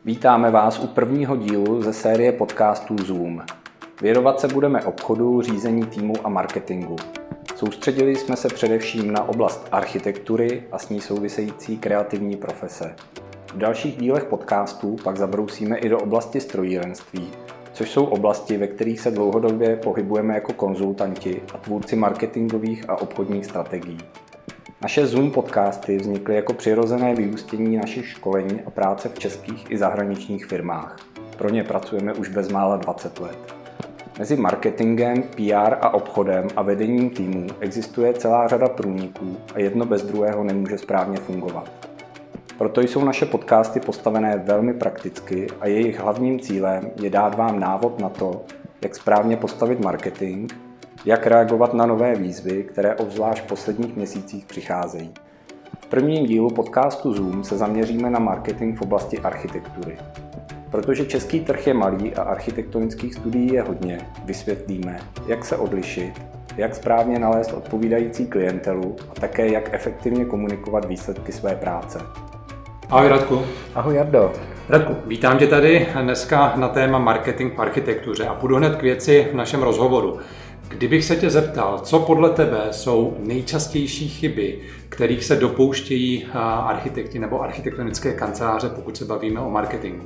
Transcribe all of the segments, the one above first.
Vítáme vás u prvního dílu ze série podcastů Zoom. Věnovat se budeme obchodu, řízení týmu a marketingu. Soustředili jsme se především na oblast architektury a s ní související kreativní profese. V dalších dílech podcastů pak zabrousíme i do oblasti strojírenství, což jsou oblasti, ve kterých se dlouhodobě pohybujeme jako konzultanti a tvůrci marketingových a obchodních strategií. Naše Zoom podcasty vznikly jako přirozené vyústění našich školení a práce v českých i zahraničních firmách. Pro ně pracujeme už bezmála 20 let. Mezi marketingem, PR a obchodem a vedením týmu existuje celá řada průniků a jedno bez druhého nemůže správně fungovat. Proto jsou naše podcasty postavené velmi prakticky a jejich hlavním cílem je dát vám návod na to, jak správně postavit marketing, jak reagovat na nové výzvy, které obzvlášť v posledních měsících přicházejí. V prvním dílu podcastu Zoom se zaměříme na marketing v oblasti architektury. Protože český trh je malý a architektonických studií je hodně, vysvětlíme, jak se odlišit, jak správně nalézt odpovídající klientelu a také jak efektivně komunikovat výsledky své práce. Ahoj Radku. Ahoj Jardo. Radku, vítám tě tady dneska na téma marketing v architektuře a půjdu hned k věci v našem rozhovoru. Kdybych se tě zeptal, co podle tebe jsou nejčastější chyby, kterých se dopouštějí architekti nebo architektonické kanceláře, pokud se bavíme o marketingu?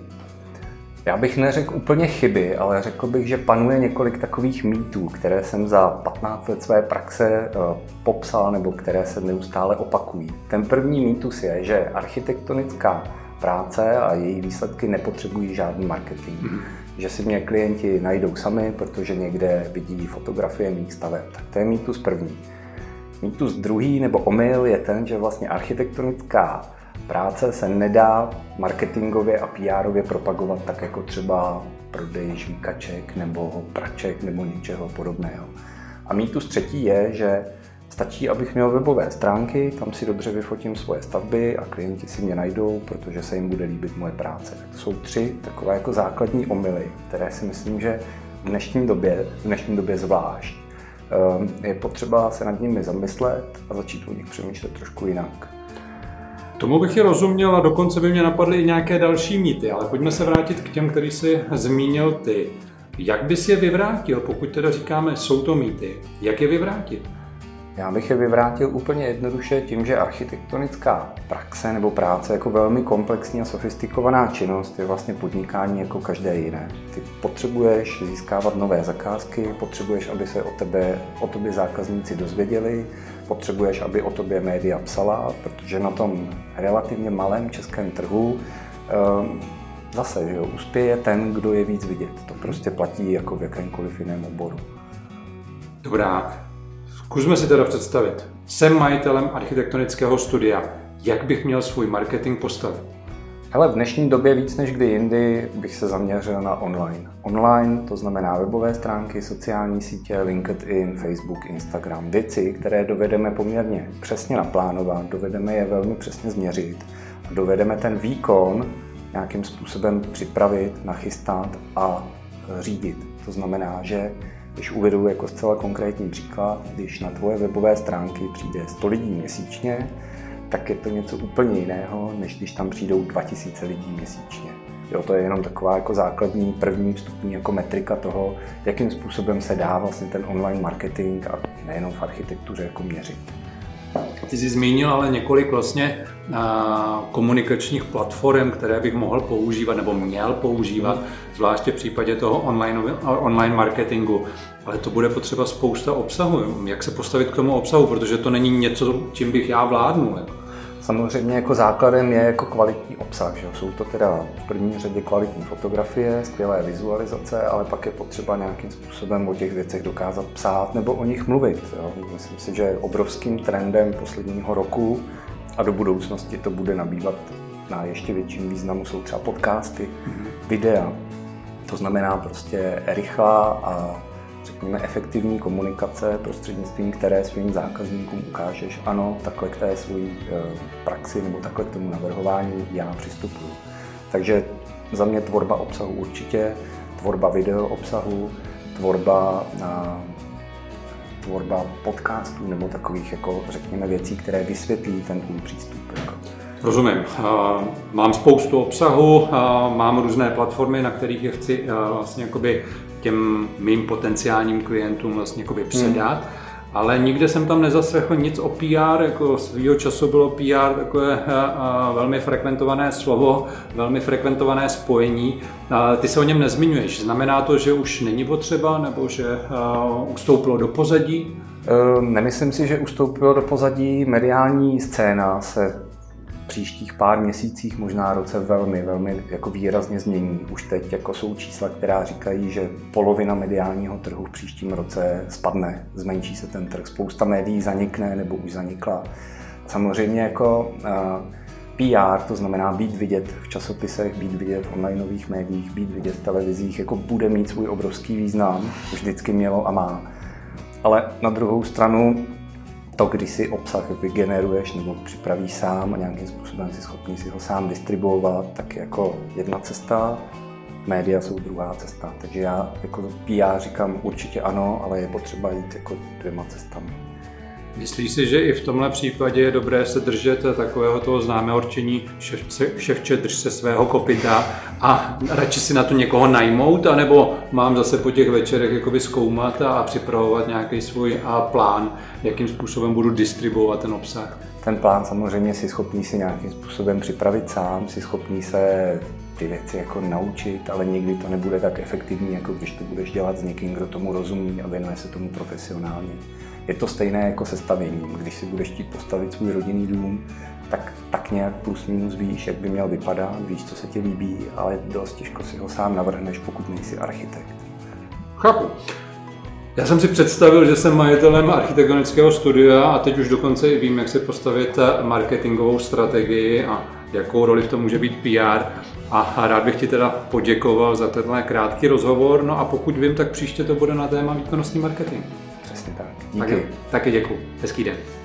Já bych neřekl úplně chyby, ale řekl bych, že panuje několik takových mýtů, které jsem za 15 let své praxe popsal nebo které se neustále opakují. Ten první mýtus je, že architektonická práce a její výsledky nepotřebují žádný marketing. Že si mě klienti najdou sami, protože někde vidí fotografie mých staveb. Tak to je mýtus první. Mýtus druhý nebo omyl je ten, že vlastně architektonická práce se nedá marketingově a PRově propagovat tak jako třeba prodej žvíkaček nebo praček nebo něčeho podobného. A mýtus třetí je, že stačí, abych měl webové stránky, tam si dobře vyfotím svoje stavby a klienti si mě najdou, protože se jim bude líbit moje práce. Tak to jsou 3 takové jako základní omyly, které si myslím, že v dnešní době zvlášť je potřeba se nad nimi zamyslet a začít o nich přemýšlet trošku jinak. Tomu bych je rozuměl a dokonce by mě napadly i nějaké další mýty, ale pojďme se vrátit k těm, který jsi zmínil ty. Jak bys je vyvrátil, pokud teda říkáme, jsou to mýty? Jak je vyvrátit? Já bych je vyvrátil úplně jednoduše tím, že architektonická praxe nebo práce jako velmi komplexní a sofistikovaná činnost je vlastně podnikání jako každé jiné. Ty potřebuješ získávat nové zakázky, potřebuješ, aby se o tobě zákazníci dozvěděli, potřebuješ, aby o tobě média psala, protože na tom relativně malém českém trhu zase, že jo, uspěje ten, kdo je víc vidět. To prostě platí jako v jakémkoliv jiném oboru. Dobrá. Zkusme si teda představit. Jsem majitelem architektonického studia. Jak bych měl svůj marketing postavit? Hele, v dnešní době víc než kdy jindy bych se zaměřil na online. Online, to znamená webové stránky, sociální sítě, LinkedIn, Facebook, Instagram. Věci, které dovedeme poměrně přesně naplánovat, dovedeme je velmi přesně změřit a dovedeme ten výkon nějakým způsobem připravit, nachystat a řídit. To znamená, že když uvedu jako zcela konkrétní příklad, když na tvoje webové stránky přijde 100 lidí měsíčně, tak je to něco úplně jiného, než když tam přijdou 2000 lidí měsíčně. Jo, to je jenom taková jako základní první vstupní jako metrika toho, jakým způsobem se dá vlastně ten online marketing a nejenom v architektuře jako měřit. Ty jsi zmínil ale několik vlastně komunikačních platform, které bych mohl používat nebo měl používat, zvláště v případě toho online marketingu. Ale to bude potřeba spousta obsahu. Jak se postavit k tomu obsahu, protože to není něco, čím bych já vládnul. Samozřejmě jako základem je jako kvalitní obsah. Že? Jsou to teda v první řadě kvalitní fotografie, skvělé vizualizace, ale pak je potřeba nějakým způsobem o těch věcech dokázat psát nebo o nich mluvit. Jo? Myslím si, že obrovským trendem posledního roku a do budoucnosti to bude nabývat na ještě větším významu jsou třeba podcasty, videa. To znamená prostě rychlá a řekněme efektivní komunikace, prostřednictvím které svým zákazníkům ukážeš, ano, takhle k té svojí praxi nebo takhle k tomu navrhování já přistupuju. Takže za mě tvorba obsahu určitě, tvorba video obsahu, tvorba podcastů nebo takových jako řekněme věcí, které vysvětlí ten tvůj přístup. Jako. Rozumím. Mám spoustu obsahu, mám různé platformy, na kterých je chci vlastně jakoby těm mým potenciálním klientům vlastně jakoby předat. Ale nikde jsem tam nezaslechl nic o PR, jako svýho času bylo PR takové velmi frekventované slovo, velmi frekventované spojení. Ty se o něm nezmiňuješ. Znamená to, že už není potřeba, nebo že ustoupilo do pozadí? Nemyslím si, že ustoupilo do pozadí. Mediální scéna se v příštích pár měsících, možná roce velmi jako výrazně změní. Už teď jako jsou čísla, která říkají, že polovina mediálního trhu v příštím roce spadne, zmenší se ten trh. Spousta médií zanikne nebo už zanikla. Samozřejmě jako PR, to znamená být vidět v časopisech, být vidět v onlineových médiích, být vidět v televizích, jako bude mít svůj obrovský význam, už vždycky mělo a má. Ale na druhou stranu to, když si obsah vygeneruješ nebo připravíš sám a nějakým způsobem si schopný si ho sám distribuovat, tak jako jedna cesta, média jsou druhá cesta. Takže já jako PR říkám určitě ano, ale je potřeba jít jako dvěma cestami. Myslíš si, že i v tomhle případě je dobré se držet takového toho známého rčení ševče, drž se svého kopyta a radši si na to někoho najmout, anebo mám zase po těch večerech jakoby zkoumat a připravovat nějaký svůj plán, jakým způsobem budu distribuovat ten obsah? Ten plán samozřejmě si schopný si nějakým způsobem připravit sám, si schopný se ty věci jako naučit, ale nikdy to nebude tak efektivní, jako když to budeš dělat s někým, kdo tomu rozumí a věnuje se tomu profesionálně. Je to stejné jako se stavěním. Když si budeš chtít postavit svůj rodinný dům, tak nějak plus minus víš, jak by měl vypadat, víš, co se ti líbí, ale dost těžko si ho sám navrhneš, pokud nejsi architekt. Chápu. Já jsem si představil, že jsem majitelem architektonického studia a teď už dokonce i vím, jak si postavit marketingovou strategii a jakou roli v tom může být PR. A rád bych ti teda poděkoval za tenhle krátký rozhovor. No a pokud vím, tak příště to bude na téma výkonnostní marketing. Přesně tak. Díky. Taky děkuji. Hezký den.